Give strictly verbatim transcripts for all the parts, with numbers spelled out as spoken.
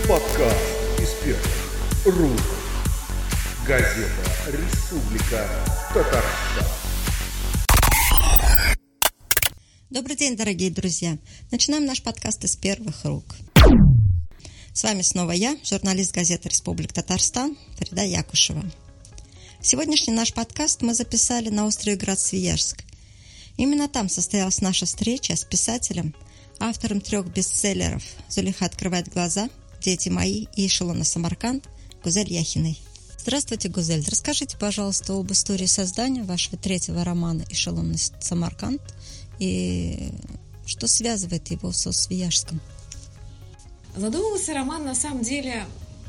Подкаст из первых рук. Газета «Республика Татарстан». Добрый день, дорогие друзья! Начинаем наш подкаст из первых рук. С вами снова я, журналист газеты «Республика Татарстан» Фарида Якушева. Сегодняшний наш подкаст мы записали на острове Град Свияжск. Именно там состоялась наша встреча с писателем, автором трех бестселлеров «Зулейха открывает глаза», «Дети мои» и «Эшелон на Самарканд» Гузель Яхиной. Здравствуйте, Гузель. Расскажите, пожалуйста, об истории создания вашего третьего романа «Эшелон на Самарканд» и что связывает его со Свияжском. Задумывался роман, на самом деле,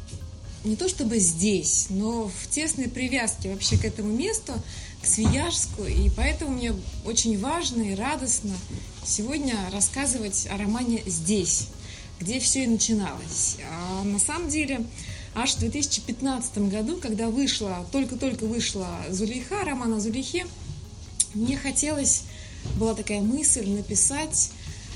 не то чтобы здесь, но в тесной привязке вообще к этому месту, к Свияжску, и поэтому мне очень важно и радостно сегодня рассказывать о романе здесь, где все и начиналось. А на самом деле, аж в две тысячи пятнадцатом году, когда вышла, только-только вышла «Зулейха», роман о Зулейхе, мне хотелось, была такая мысль написать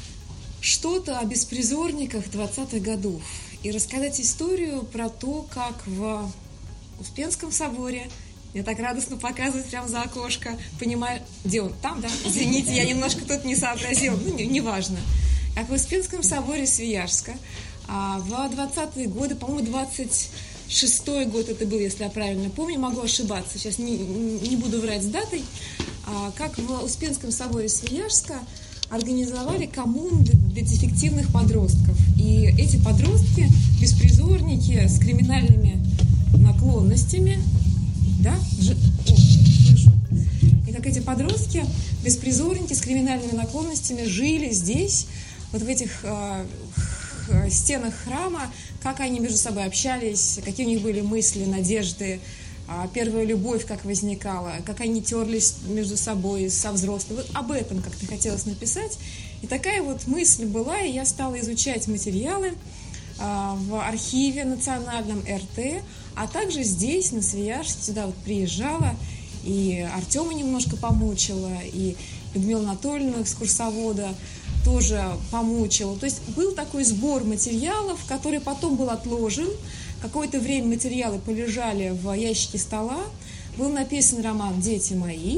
что-то о беспризорниках двадцатых годов и рассказать историю про то, как в Успенском соборе, мне так радостно показывать прямо за окошко, понимаю, где он, там, да, извините, я немножко тут не сообразила, ну, неважно, не как в Успенском соборе Свияжска а в двадцатые годы, по-моему, двадцать шестой год это был, если я правильно помню, могу ошибаться, сейчас не, не буду врать с датой, а как в Успенском соборе Свияжска организовали коммуну для дефективных подростков. И эти подростки, беспризорники с криминальными наклонностями, да, Ж... О, слышу. И как эти подростки, беспризорники с криминальными наклонностями жили здесь, вот в этих э, х, стенах храма, как они между собой общались, какие у них были мысли, надежды, э, первая любовь как возникала, как они терлись между собой со взрослыми. Вот об этом как-то хотелось написать. И такая вот мысль была, и я стала изучать материалы э, в архиве национальном эр тэ, а также здесь, на Свияжске, сюда вот приезжала, и Артема немножко помучила, и Людмила Анатольевна, экскурсовода, тоже помучила. То есть был такой сбор материалов, который потом был отложен. Какое-то время материалы полежали в ящике стола. Был написан роман «Дети мои».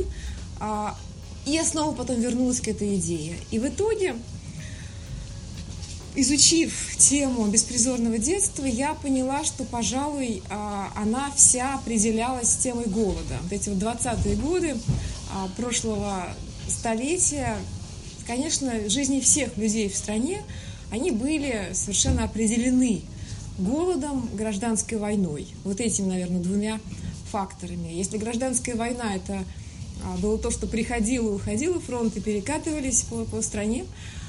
И я снова потом вернулась к этой идее. И в итоге, изучив тему беспризорного детства, я поняла, что, пожалуй, она вся определялась темой голода. Вот эти вот двадцатые годы прошлого столетия, конечно, жизни всех людей в стране, они были совершенно определены голодом, гражданской войной. Вот этими, наверное, двумя факторами. Если гражданская война – это было то, что приходило и уходило, фронты перекатывались по, по стране,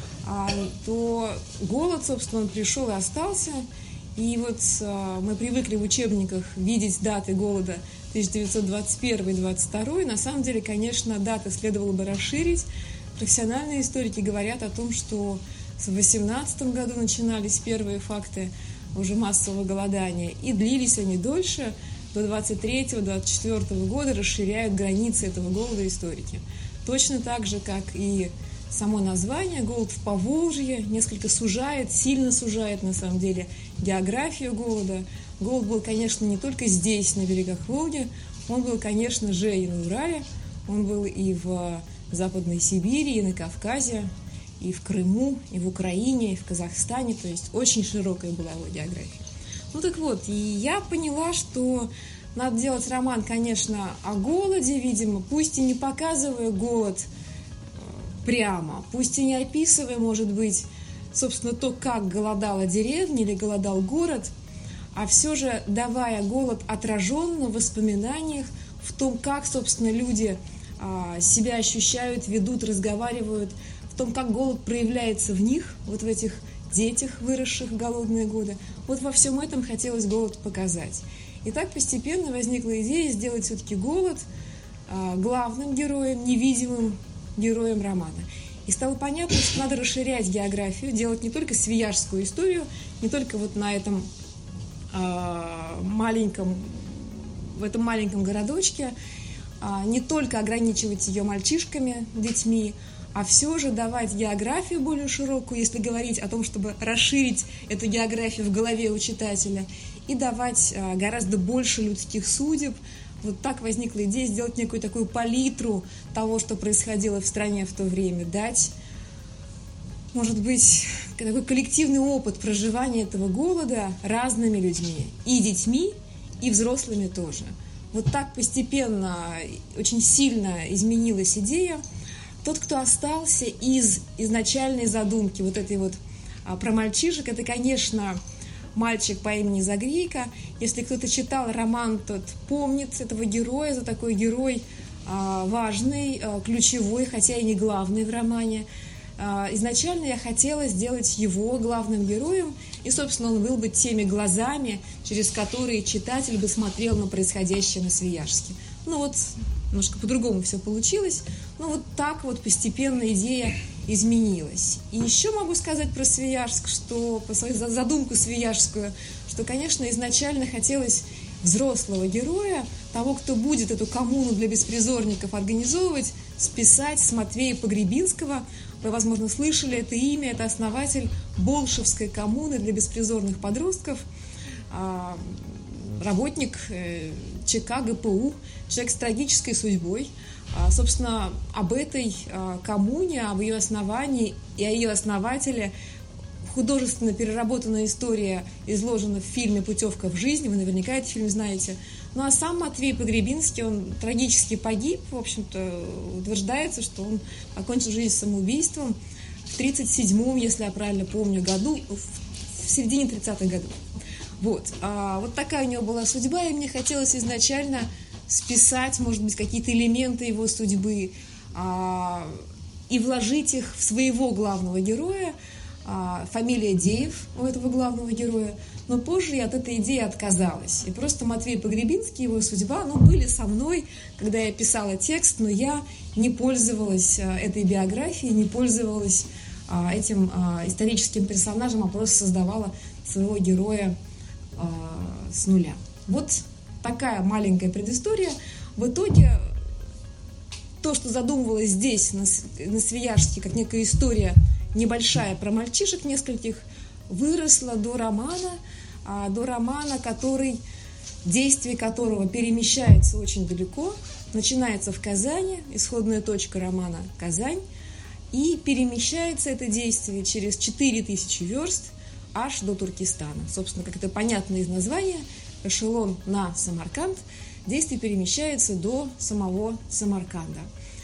то голод, собственно, он пришел и остался. И вот мы привыкли в учебниках видеть даты голода тысяча девятьсот двадцать первый — двадцать второй. На самом деле, конечно, даты следовало бы расширить. Профессиональные историки говорят о том, что в восемнадцатом году начинались первые факты уже массового голодания, и длились они дольше, до двадцать третьего — двадцать четвёртого года расширяют границы этого голода историки. Точно так же, как и само название, голод в Поволжье, несколько сужает, сильно сужает, на самом деле, географию голода. Голод был, конечно, не только здесь, на берегах Волги, он был, конечно же, и на Урале, он был и в Западной Сибири, и на Кавказе, и в Крыму, и в Украине, и в Казахстане, то есть очень широкая была его география. Ну так вот, и я поняла, что надо делать роман, конечно, о голоде, видимо, пусть и не показывая голод прямо, пусть и не описывая, может быть, собственно, то, как голодала деревня или голодал город, а все же давая голод отраженно в воспоминаниях, в том, как, собственно, люди себя ощущают, ведут, разговаривают, в том, как голод проявляется в них, вот в этих детях, выросших в голодные годы. Вот во всем этом хотелось голод показать. И так постепенно возникла идея сделать все-таки голод главным героем, невидимым героем романа. И стало понятно, что надо расширять географию, делать не только свияжскую историю, не только вот на этом маленьком, в этом маленьком городочке, не только ограничивать ее мальчишками, детьми, а все же давать географию более широкую, если говорить о том, чтобы расширить эту географию в голове у читателя, и давать гораздо больше людских судеб. Вот так возникла идея сделать некую такую палитру того, что происходило в стране в то время, дать, может быть, такой коллективный опыт проживания этого голода разными людьми, и детьми, и взрослыми тоже. Вот так постепенно, очень сильно изменилась идея. Тот, кто остался из изначальной задумки вот этой вот а, про мальчишек, это, конечно, мальчик по имени Загрейка. Если кто-то читал роман, тот помнит этого героя. Это такой герой а, важный, а, ключевой, хотя и не главный в романе. А, изначально я хотела сделать его главным героем, и, собственно, он был бы теми глазами, через которые читатель бы смотрел на происходящее на Свияжске. Ну вот, немножко по-другому все получилось, но вот так вот постепенно идея изменилась. И еще могу сказать про Свияжск, что по своей задумку свияжскую, что, конечно, изначально хотелось взрослого героя, того, кто будет эту коммуну для беспризорников организовывать, списать с Матвея Погребинского. Вы, возможно, слышали это имя, это основатель Болшевской коммуны для беспризорных подростков, работник ЧК ГПУ, человек с трагической судьбой. Собственно, об этой коммуне, об ее основании и о ее основателе художественно переработанная история изложена в фильме «Путевка в жизнь». Вы наверняка этот фильм знаете. Ну а сам Матвей Погребинский, он трагически погиб. В общем-то, утверждается, что он окончил жизнь самоубийством в тридцать седьмом, если я правильно помню, году, в середине тридцатых годов. Вот. А вот такая у него была судьба, и мне хотелось изначально списать, может быть, какие-то элементы его судьбы а, и вложить их в своего главного героя. А, фамилия Деев у этого главного героя. Но позже я от этой идеи отказалась. И просто Матвей Погребинский, его судьба, ну, были со мной, когда я писала текст, но я не пользовалась а, этой биографией, не пользовалась а, этим а, историческим персонажем, а просто создавала своего героя а, с нуля. Вот такая маленькая предыстория. В итоге то, что задумывалось здесь, на, на Свияжске, как некая история небольшая про мальчишек нескольких, выросло до романа, а, до романа, который, действие которого перемещается очень далеко, начинается в Казани, исходная точка романа Казань, и перемещается это действие через четыре тысячи верст аж до Туркестана. Собственно, как это понятно из названия, эшелон на Самарканд, действие перемещается до самого Самарканда.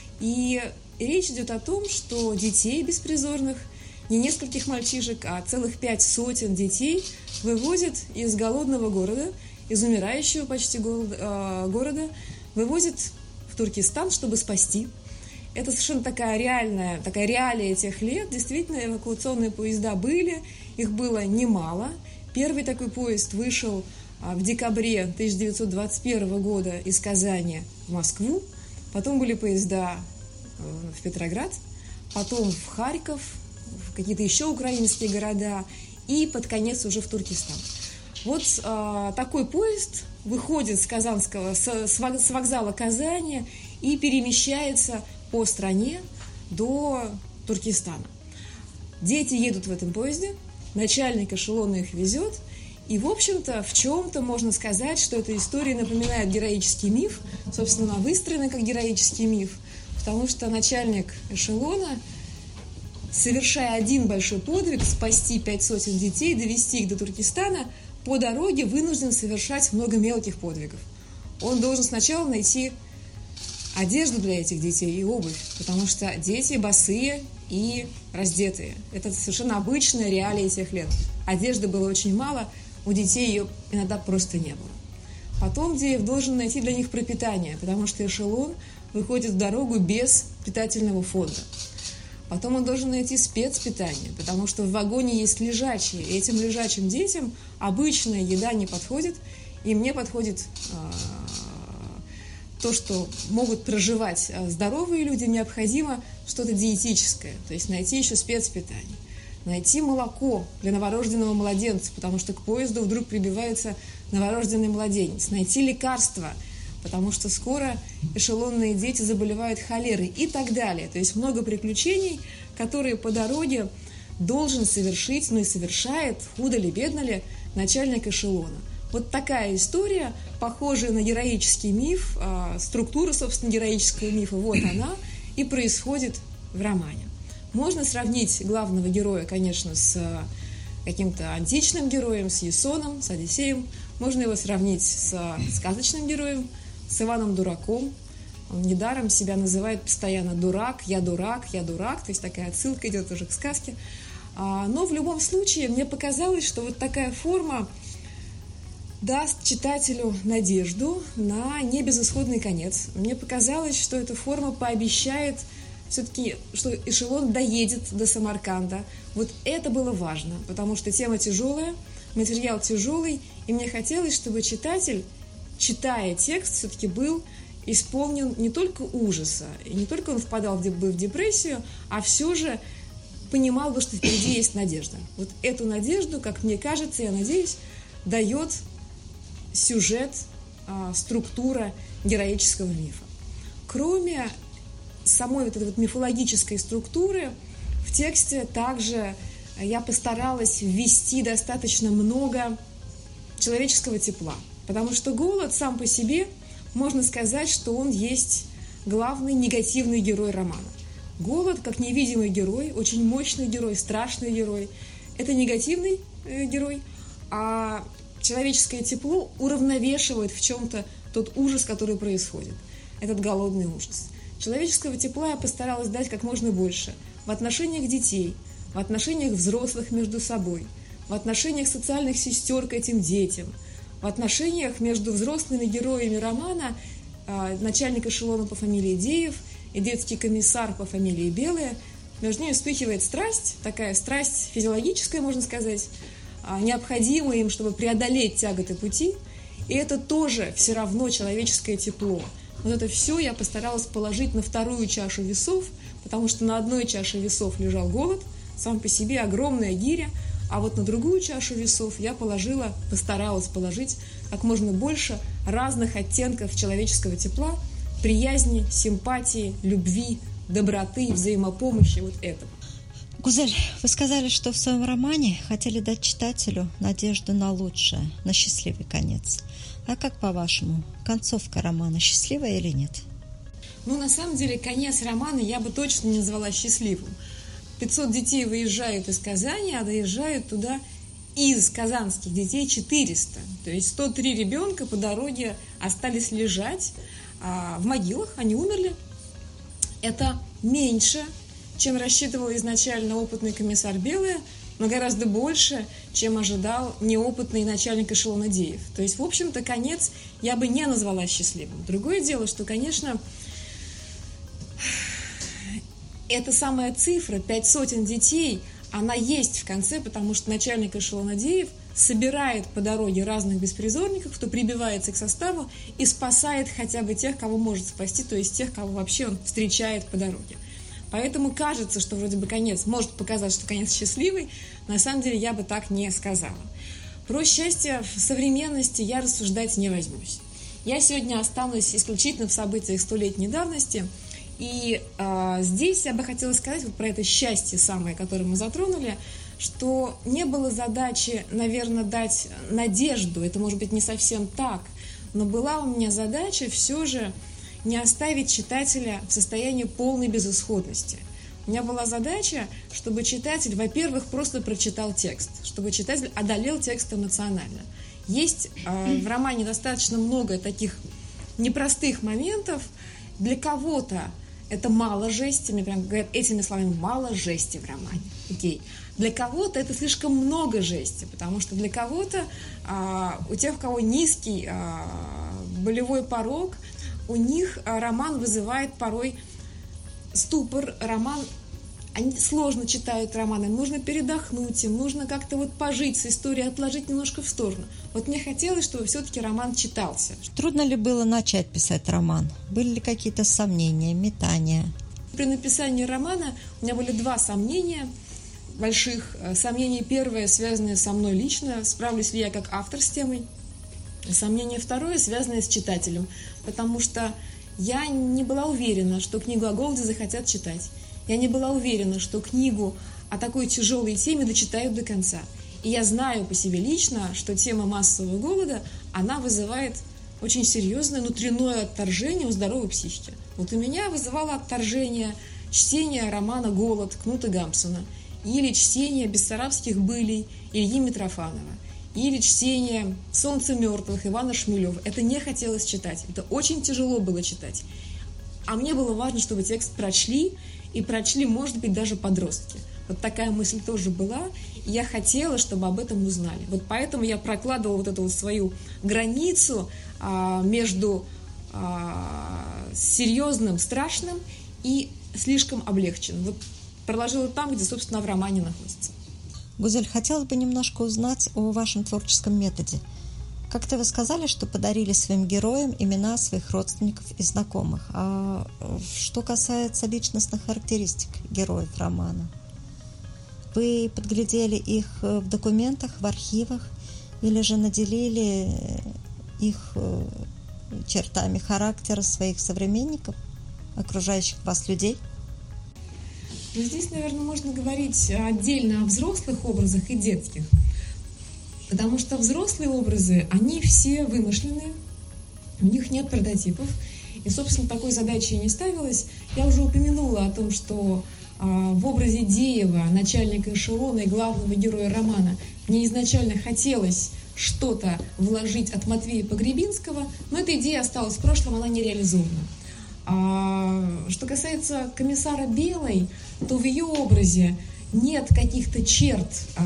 И речь идет о том, что детей беспризорных, не нескольких мальчишек, а целых пять сотен детей вывозят из голодного города, из умирающего почти города, вывозят в Туркестан, чтобы спасти. Это совершенно такая реальная, такая реалия тех лет. Действительно, эвакуационные поезда были, их было немало. Первый такой поезд вышел в декабре тысяча девятьсот двадцать первого года из Казани в Москву. Потом были поезда в Петроград, потом в Харьков, в какие-то еще украинские города и под конец уже в Туркестан. Вот а, такой поезд выходит с Казанского, с, с вокзала Казани и перемещается по стране до Туркестана. Дети едут в этом поезде, начальник эшелона их везет, и, в общем-то, в чем-то можно сказать, что эта история напоминает героический миф, собственно, она выстроена как героический миф, потому что начальник эшелона, совершая один большой подвиг, спасти пять сотен детей, довести их до Туркестана, по дороге вынужден совершать много мелких подвигов. Он должен сначала найти одежду для этих детей и обувь, потому что дети босые и раздетые. Это совершенно обычная реалия тех лет. Одежды было очень мало, у детей ее иногда просто не было. Потом Деев должен найти для них пропитание, потому что эшелон выходит в дорогу без питательного фонда. Потом он должен найти спецпитание, потому что в вагоне есть лежачие, и этим лежачим детям обычная еда не подходит, и мне подходит э, то, что могут проживать здоровые люди, необходимо что-то диетическое, то есть найти еще спецпитание, найти молоко для новорожденного младенца, потому что к поезду вдруг прибивается новорожденный младенец, найти лекарства, потому что скоро эшелонные дети заболевают холерой и так далее. То есть много приключений, которые по дороге должен совершить, ну и совершает, худо ли, бедно ли, начальник эшелона. Вот такая история, похожая на героический миф, структура, собственно, героического мифа, вот она и происходит в романе. Можно сравнить главного героя, конечно, с каким-то античным героем, с Ясоном, с Одиссеем. Можно его сравнить с сказочным героем, с Иваном Дураком. Он недаром себя называет постоянно «дурак», «я дурак», «я дурак», то есть такая отсылка идет уже к сказке. Но в любом случае мне показалось, что вот такая форма даст читателю надежду на небезысходный конец. Мне показалось, что эта форма пообещает все-таки, что эшелон доедет до Самарканда. Вот это было важно, потому что тема тяжелая, материал тяжелый, и мне хотелось, чтобы читатель, читая текст, все-таки был исполнен не только ужаса, и не только он впадал в депрессию, а все же понимал бы, что впереди есть надежда. Вот эту надежду, как мне кажется, я надеюсь, дает сюжет, структура героического мифа. Кроме самой вот этой вот мифологической структуры, в тексте также я постаралась ввести достаточно много человеческого тепла, потому что голод сам по себе, можно сказать, что он есть главный негативный герой романа. Голод, как невидимый герой, очень мощный герой, страшный герой, это негативный герой, а человеческое тепло уравновешивает в чем-то тот ужас, который происходит, этот голодный ужас. Человеческого тепла я постаралась дать как можно больше в отношениях детей, в отношениях взрослых между собой, в отношениях социальных сестер к этим детям, в отношениях между взрослыми героями романа, начальник эшелона по фамилии Деев и детский комиссар по фамилии Белая. Между ними вспыхивает страсть, такая страсть физиологическая, можно сказать, необходимая им, чтобы преодолеть тяготы пути. И это тоже все равно человеческое тепло. Вот это все я постаралась положить на вторую чашу весов, потому что на одной чаше весов лежал голод, сам по себе огромная гиря, а вот на другую чашу весов я положила, постаралась положить как можно больше разных оттенков человеческого тепла, приязни, симпатии, любви, доброты, взаимопомощи, вот этого. Гузель, вы сказали, что в своем романе хотели дать читателю надежду на лучшее, на счастливый конец. А как, по-вашему, концовка романа счастливая или нет? Ну, на самом деле, конец романа я бы точно не назвала счастливым. пятьсот детей выезжают из Казани, а доезжают туда из казанских детей четыреста. То есть сто три ребенка по дороге остались лежать а в могилах, они умерли. Это меньше, чем рассчитывал изначально опытный комиссар Белая, но гораздо больше, чем ожидал неопытный начальник эшелона Деев. То есть, в общем-то, конец я бы не назвала счастливым. Другое дело, что, конечно, эта самая цифра, пять сотен детей, она есть в конце, потому что начальник эшелона Деев собирает по дороге разных беспризорников, кто прибивается к составу и спасает хотя бы тех, кого может спасти, то есть тех, кого вообще он встречает по дороге. Поэтому кажется, что вроде бы конец, может показать, что конец счастливый, на самом деле я бы так не сказала. Про счастье в современности я рассуждать не возьмусь. Я сегодня останусь исключительно в событиях столетней давности, и э, здесь я бы хотела сказать вот про это счастье самое, которое мы затронули, что не было задачи, наверное, дать надежду, это может быть не совсем так, но была у меня задача все же не оставить читателя в состоянии полной безысходности. У меня была задача, чтобы читатель, во-первых, просто прочитал текст, чтобы читатель одолел текст эмоционально. Есть э, в романе достаточно много таких непростых моментов. Для кого-то это мало жести, мне прям говорят этими словами, мало жести в романе. Окей. Для кого-то это слишком много жести, потому что для кого-то, э, у тех, у кого низкий э, болевой порог, у них роман вызывает порой ступор, роман, они сложно читают романы, нужно передохнуть им, нужно как-то вот пожить с историей, отложить немножко в сторону. Вот мне хотелось, чтобы все-таки роман читался. Трудно ли было начать писать роман? Были ли какие-то сомнения, метания? При написании романа у меня были два сомнения больших. Сомнение первое, связанное со мной лично, справлюсь ли я как автор с темой. Сомнение второе, связанное с читателем, потому что я не была уверена, что книгу о голоде захотят читать. Я не была уверена, что книгу о такой тяжелой теме дочитают до конца. И я знаю по себе лично, что тема массового голода, она вызывает очень серьезное внутреннее отторжение у здоровой психики. Вот у меня вызывало отторжение чтение романа «Голод» Кнута Гамсуна, или чтение бессарабских былей Ильи Митрофанова, или чтение «Солнце мертвых» Ивана Шмелева. Это не хотелось читать, это очень тяжело было читать. А мне было важно, чтобы текст прочли, и прочли, может быть, даже подростки. Вот такая мысль тоже была, и я хотела, чтобы об этом узнали. Вот поэтому я прокладывала вот эту вот свою границу а, между а, серьезным, страшным и слишком облегченным. Вот проложила там, где, собственно, в романе находится. Гузель, хотелось бы немножко узнать о вашем творческом методе. Как-то вы сказали, что подарили своим героям имена своих родственников и знакомых. А что касается личностных характеристик героев романа, вы подглядели их в документах, в архивах, или же наделили их чертами характера своих современников, окружающих вас людей? Но здесь, наверное, можно говорить отдельно о взрослых образах и детских. Потому что взрослые образы, они все вымышленные, у них нет прототипов. И, собственно, такой задачи не ставилось. Я уже упомянула о том, что а, в образе Деева, начальника эшелона и главного героя романа, мне изначально хотелось что-то вложить от Матвея Погребинского, но эта идея осталась в прошлом, она не реализована. А, что касается комиссара Белой, то в ее образе нет каких-то черт а,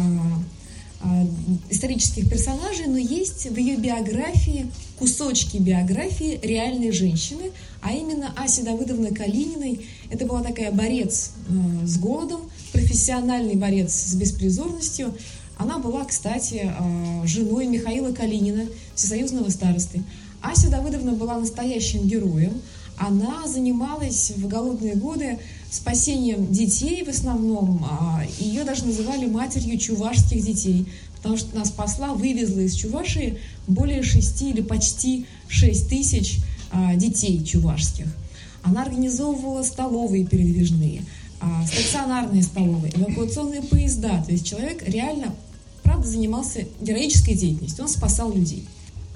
а, исторических персонажей, но есть в ее биографии кусочки биографии реальной женщины, а именно Аси Давыдовны Калининой. Это была такая борец а, с голодом, профессиональный борец с беспризорностью. Она была, кстати, а, женой Михаила Калинина, всесоюзного старосты. Ася Давыдовна была настоящим героем. Она занималась в голодные годы спасением детей в основном. Ее даже называли матерью чувашских детей, потому что она спасла, вывезла из Чувашии более шести или почти шесть тысяч детей чувашских. Она организовывала столовые передвижные, стационарные столовые, эвакуационные поезда. То есть человек реально, правда, занимался героической деятельностью, он спасал людей.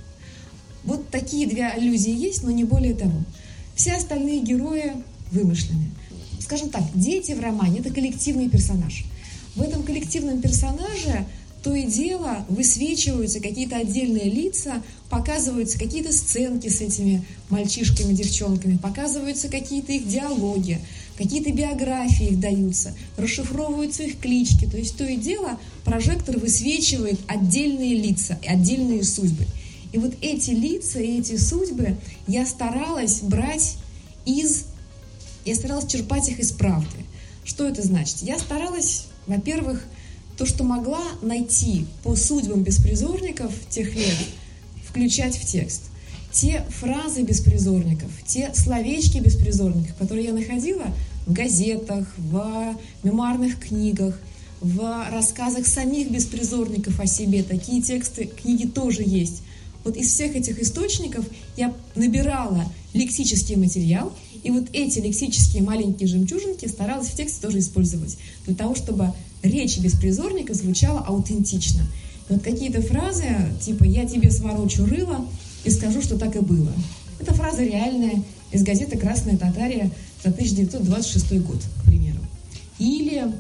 Вот такие две аллюзии есть, но не более того. Все остальные герои вымышленные. Скажем так, дети в романе – это коллективный персонаж. В этом коллективном персонаже то и дело высвечиваются какие-то отдельные лица, показываются какие-то сценки с этими мальчишками, девчонками, показываются какие-то их диалоги, какие-то биографии их даются, расшифровываются их клички. То есть то и дело прожектор высвечивает отдельные лица, отдельные судьбы. И вот эти лица и эти судьбы я старалась брать из... Я старалась черпать их из правды. Что это значит? Я старалась, во-первых, то, что могла найти по судьбам беспризорников тех лет, включать в текст. Те фразы беспризорников, те словечки беспризорников, которые я находила в газетах, в мемуарных книгах, в рассказах самих беспризорников о себе. Такие тексты, книги тоже есть. Вот из всех этих источников я набирала лексический материал, и вот эти лексические маленькие жемчужинки старалась в тексте тоже использовать, для того, чтобы речь беспризорника звучала аутентично. И вот какие-то фразы, типа «я тебе сворочу рыло и скажу, что так и было». Это фраза реальная из газеты «Красная Татария» за тысяча девятьсот двадцать шестой год, к примеру. Или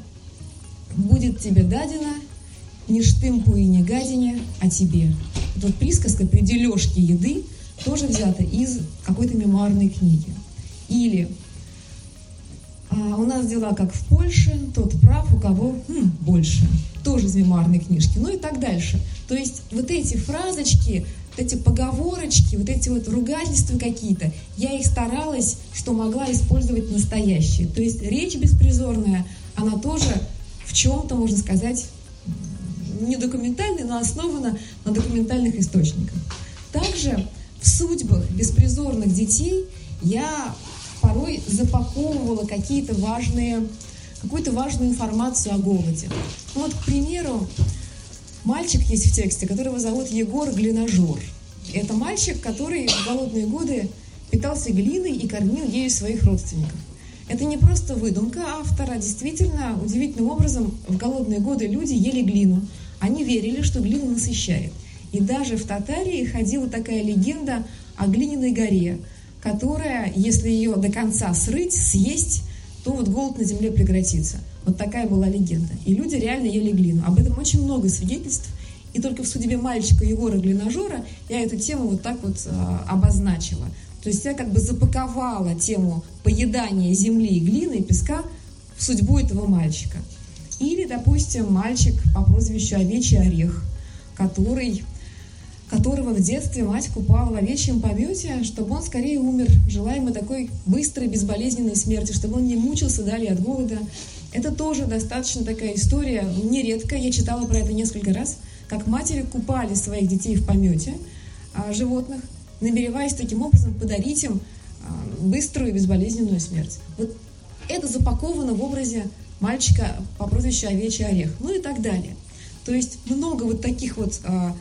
«будет тебе дадено, не штымпу и не гадине, а тебе». Вот присказка при дележке еды тоже взята из какой-то мемуарной книги. Или а, «у нас дела как в Польше, тот прав, у кого хм, больше». Тоже из мемуарной книжки. Ну и так дальше. То есть вот эти фразочки, вот эти поговорочки, вот эти вот ругательства какие-то, я их старалась, что могла, использовать настоящие. То есть речь беспризорная, она тоже в чем-то, можно сказать, не документальная, но основана на документальных источниках. Также в судьбах беспризорных детей я порой запаковывала какие-то важные, какую-то важную информацию о голоде. Ну вот, к примеру, мальчик есть в тексте, которого зовут Егор Глинажер. Это мальчик, который в голодные годы питался глиной и кормил ею своих родственников. Это не просто выдумка автора. Действительно, удивительным образом в голодные годы люди ели глину. Они верили, что глина насыщает. И даже в Татарии ходила такая легенда о глиняной горе, которая, если ее до конца срыть, съесть, то вот голод на земле прекратится. Вот такая была легенда. И люди реально ели глину. Об этом очень много свидетельств. И только в судьбе мальчика Егора Глиножора я эту тему вот так вот а, обозначила. То есть я как бы запаковала тему поедания земли, глины и песка в судьбу этого мальчика. Или, допустим, мальчик по прозвищу Овечий Орех, который, которого в детстве мать купала в овечьем помете, чтобы он скорее умер, желаемой такой быстрой, безболезненной смерти, чтобы он не мучился далее от голода. Это тоже достаточно такая история, нередко, я читала про это несколько раз, как матери купали своих детей в помете а, животных, намереваясь таким образом подарить им а, быструю и безболезненную смерть. Вот это запаковано в образе мальчика по прозвищу Овечий Орех, ну и так далее. То есть много вот таких вот а,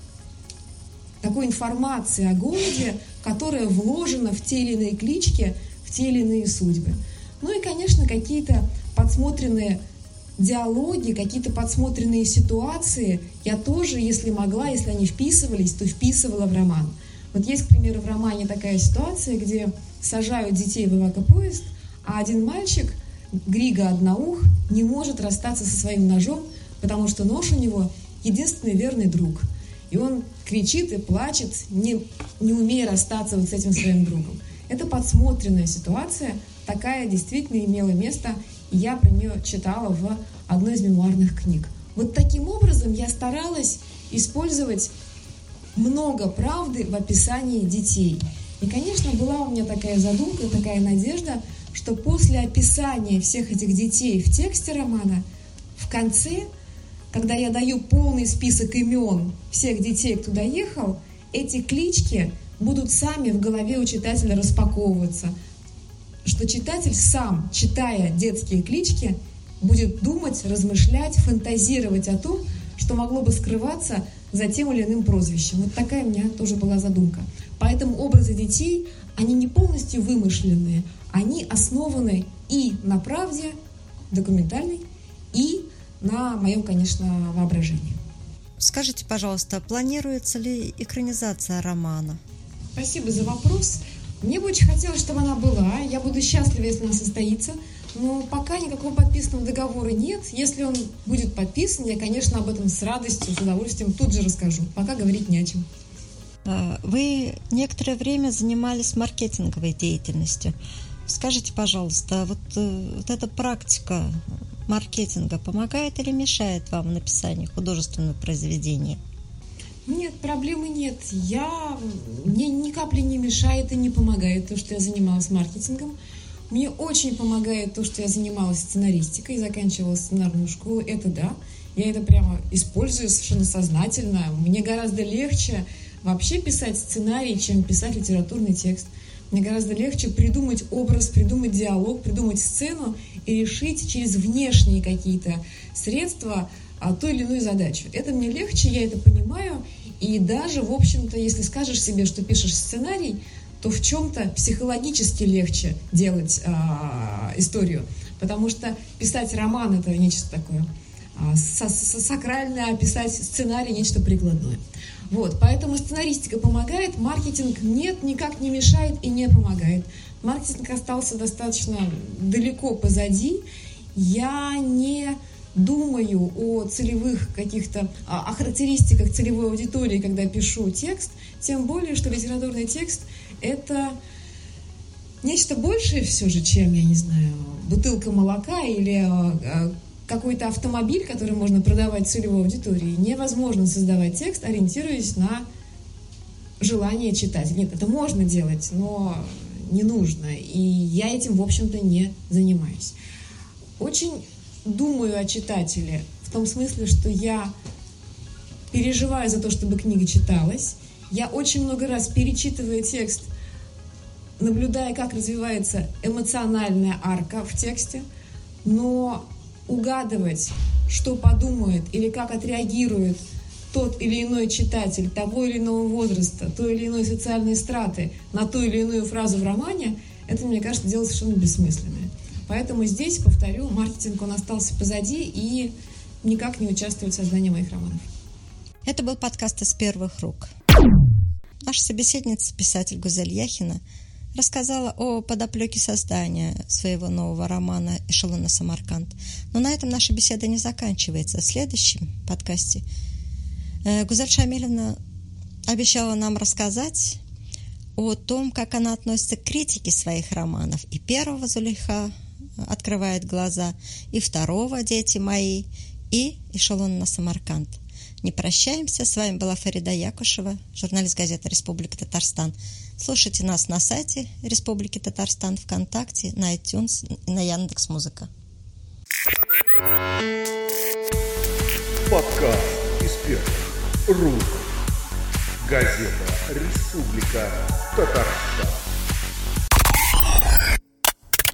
такой информации о голоде, которая вложена в те или иные клички, в те или иные судьбы. Ну и, конечно, какие-то подсмотренные диалоги, какие-то подсмотренные ситуации я тоже, если могла, если они вписывались, то вписывала в роман. Вот есть, к примеру, в романе такая ситуация, где сажают детей в эвакопоезд, а один мальчик, Григо Одноух, не может расстаться со своим ножом, потому что нож у него единственный верный друг. И он кричит и плачет, не, не умея расстаться вот с этим своим другом. Это подсмотренная ситуация, такая действительно имела место, и я про нее читала в одной из мемуарных книг. Вот таким образом я старалась использовать много правды в описании детей. И, конечно, была у меня такая задумка, такая надежда, что после описания всех этих детей в тексте романа, в конце, когда я даю полный список имен всех детей, кто доехал, эти клички будут сами в голове у читателя распаковываться, что читатель сам, читая детские клички, будет думать, размышлять, фантазировать о том, что могло бы скрываться за тем или иным прозвищем. Вот такая у меня тоже была задумка. Поэтому образы детей, они не полностью вымышленные, они основаны и на правде документальной, и на моем, конечно, воображении. Скажите, пожалуйста, планируется ли экранизация романа? Спасибо за вопрос. Мне бы очень хотелось, чтобы она была. Я буду счастлива, если она состоится. Но пока никакого подписанного договора нет. Если он будет подписан, я, конечно, об этом с радостью, с удовольствием тут же расскажу. Пока говорить не о чем. Вы некоторое время занимались маркетинговой деятельностью. Скажите, пожалуйста, вот, вот эта практика маркетинга помогает или мешает вам в написании художественного произведения? Нет, проблемы нет. Я, мне ни капли не мешает и не помогает то, что я занималась маркетингом. Мне очень помогает то, что я занималась сценаристикой, заканчивала сценарную школу. Это да, я это прямо использую совершенно сознательно. Мне гораздо легче вообще писать сценарий, чем писать литературный текст. Мне гораздо легче придумать образ, придумать диалог, придумать сцену и решить через внешние какие-то средства ту или иную задачу. Это мне легче, я это понимаю. И даже, в общем-то, если скажешь себе, что пишешь сценарий, то в чем-то психологически легче делать а, историю. Потому что писать роман – это нечто такое а, сакральное, а писать сценарий – нечто прикладное. Вот, поэтому сценаристика помогает, маркетинг нет, никак не мешает и не помогает. Маркетинг остался достаточно далеко позади. Я не думаю о целевых каких-то, о характеристиках целевой аудитории, когда пишу текст, тем более, что литературный текст – это нечто большее все же, чем, я не знаю, бутылка молока или какой-то автомобиль, который можно продавать целевой аудитории. Невозможно создавать текст, ориентируясь на желание читателя. Нет, это можно делать, но не нужно. И я этим, в общем-то, не занимаюсь. Очень думаю о читателе в том смысле, что я переживаю за то, чтобы книга читалась. Я очень много раз перечитываю текст, наблюдая, как развивается эмоциональная арка в тексте, но угадывать, что подумает или как отреагирует тот или иной читатель того или иного возраста, той или иной социальной страты на ту или иную фразу в романе, это, мне кажется, дело совершенно бессмысленное. Поэтому здесь, повторю, маркетинг, он остался позади и никак не участвует в создании моих романов. Это был подкаст «Из первых рук». Наша собеседница, писатель Гузель Яхина, рассказала о подоплеке создания своего нового романа «Эшелон на Самарканд». Но на этом наша беседа не заканчивается. В следующем подкасте Гузель Шамилевна обещала нам рассказать о том, как она относится к критике своих романов. И первого «Зулейха открывает глаза», и второго «Дети мои», и «Эшелон на Самарканд». Не прощаемся. С вами была Фарида Якушева, журналист газеты «Республика Татарстан». Слушайте нас на сайте Республики Татарстан, ВКонтакте, на iTunes и на Яндекс.Музыка. Подкаст из первых рук. Газета «Республика Татарстан».